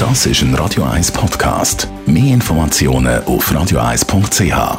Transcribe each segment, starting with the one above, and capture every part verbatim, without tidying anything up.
Das ist ein Radio eins Podcast. Mehr Informationen auf radio eins punkt c h.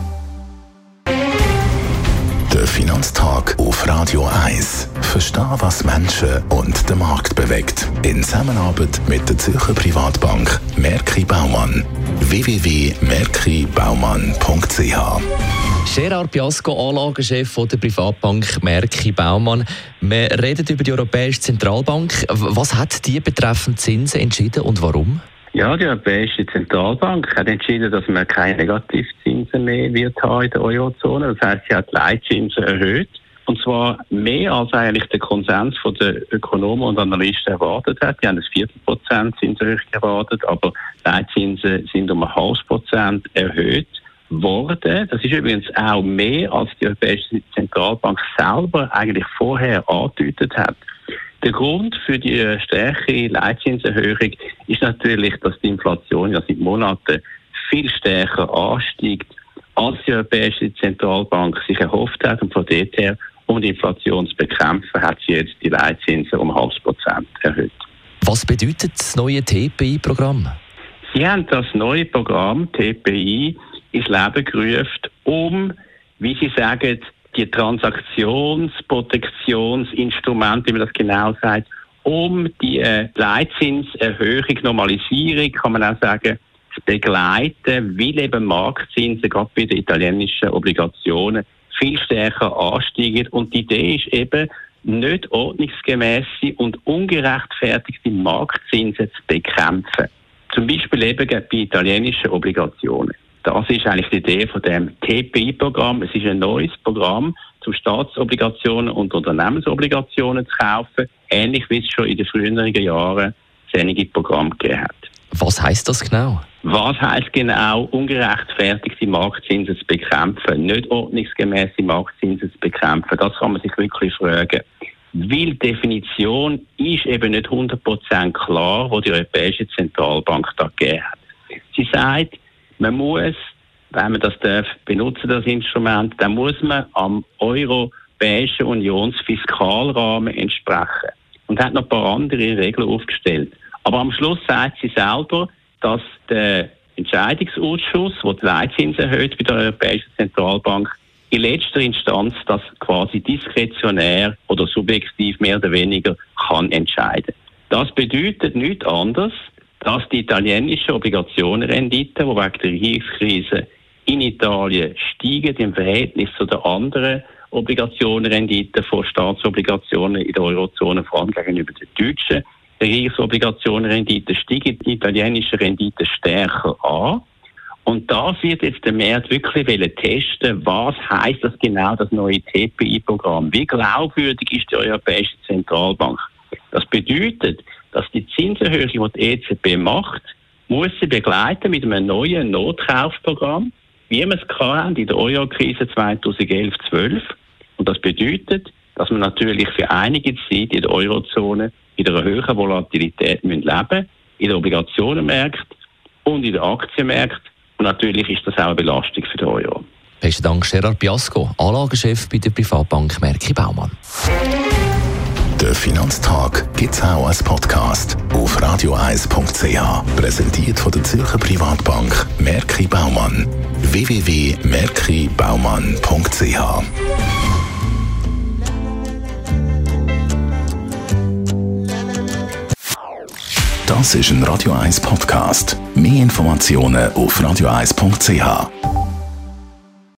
Der Finanztag auf Radio eins. Verstehen, was Menschen und den Markt bewegt. In Zusammenarbeit mit der Zürcher Privatbank Merki Baumann. w w w punkt merki baumann punkt c h. Gerard Biasco, Anlagechef von der Privatbank Merki Baumann. Wir reden über die Europäische Zentralbank. Was hat die betreffend Zinsen entschieden und warum? Ja, die Europäische Zentralbank hat entschieden, dass man keine Negativzinsen mehr wird haben in der Eurozone. Das heisst, sie hat die Leitzinsen erhöht. Und zwar mehr als eigentlich der Konsens von den Ökonomen und Analysten erwartet hat. Die haben ein Viertelprozent Zinserhöhung erwartet, aber die Leitzinsen sind um ein halbes Prozent erhöht worden. Das ist übrigens auch mehr, als die Europäische Zentralbank selber eigentlich vorher angedeutet hat. Der Grund für die stärkere Leitzinserhöhung ist natürlich, dass die Inflation ja seit Monaten viel stärker ansteigt, als die Europäische Zentralbank sich erhofft hat. Und von dort her, um die Inflation zu bekämpfen, hat sie jetzt die Leitzinsen um ein halbes Prozent erhöht. Was bedeutet das neue T P I-Programm? Sie haben das neue Programm T P I ins Leben gerufen, um, wie Sie sagen, die Transaktionsprotektionsinstrumente, wie man das genau sagt, um die äh, Leitzinserhöhung, Normalisierung, kann man auch sagen, zu begleiten, weil eben Marktzinsen, gerade bei den italienischen Obligationen, viel stärker ansteigen. Und die Idee ist eben, nicht ordnungsgemäße und ungerechtfertigte Marktzinsen zu bekämpfen. Zum Beispiel eben bei italienischen Obligationen. Das ist eigentlich die Idee von dem T P I-Programm. Es ist ein neues Programm, um Staatsobligationen und Unternehmensobligationen zu kaufen, ähnlich wie es schon in den früheren Jahren einige Programme gegeben hat. Was heisst das genau? Was heisst genau, ungerechtfertigte Marktzinsen zu bekämpfen, nicht ordnungsgemäße Marktzinsen zu bekämpfen? Das kann man sich wirklich fragen. Weil die Definition ist eben nicht hundert Prozent klar, die die Europäische Zentralbank da gegeben hat. Sie sagt, man muss, wenn man das darf, benutzen, das Instrument, dann muss man am Europäischen Unionsfiskalrahmen entsprechen. Und hat noch ein paar andere Regeln aufgestellt. Aber am Schluss sagt sie selber, dass der Entscheidungsausschuss, der die Leitzinsen erhöht bei der Europäischen Zentralbank, in letzter Instanz das quasi diskretionär oder subjektiv mehr oder weniger kann entscheiden. Das bedeutet nichts anderes, dass die italienischen Obligationenrenditen, die wegen der Regierungskrise in Italien steigen im Verhältnis zu den anderen Obligationenrenditen von Staatsobligationen in der Eurozone, vor allem gegenüber den deutschen Regierungsobligationenrenditen, steigen die italienischen Renditen stärker an. Und das wird jetzt der Markt wirklich testen, was heisst das genau, das neue T P I-Programm? Wie glaubwürdig ist die Europäische Zentralbank? Das bedeutet, dass die Zinserhöhung, die die E Z B macht, muss sie begleiten mit einem neuen Notkaufprogramm, wie wir es hatten in der Euro-Krise zweitausendelf zwölf. Und das bedeutet, dass wir natürlich für einige Zeit in der Eurozone in einer höheren Volatilität leben müssen, in den Obligationenmärkten und in den Aktienmärkten. Und natürlich ist das auch eine Belastung für den Euro. Besten Dank, Gerard Biasco, Anlagechef bei der Privatbank Merki Baumann. Der Finanztag gibt es auch als Podcast auf radio eins punkt c h. Präsentiert von der Zürcher Privatbank Merki Baumann. w w w punkt merki baumann punkt c h. Das ist ein Radio eins Podcast. Mehr Informationen auf radio eins punkt c h.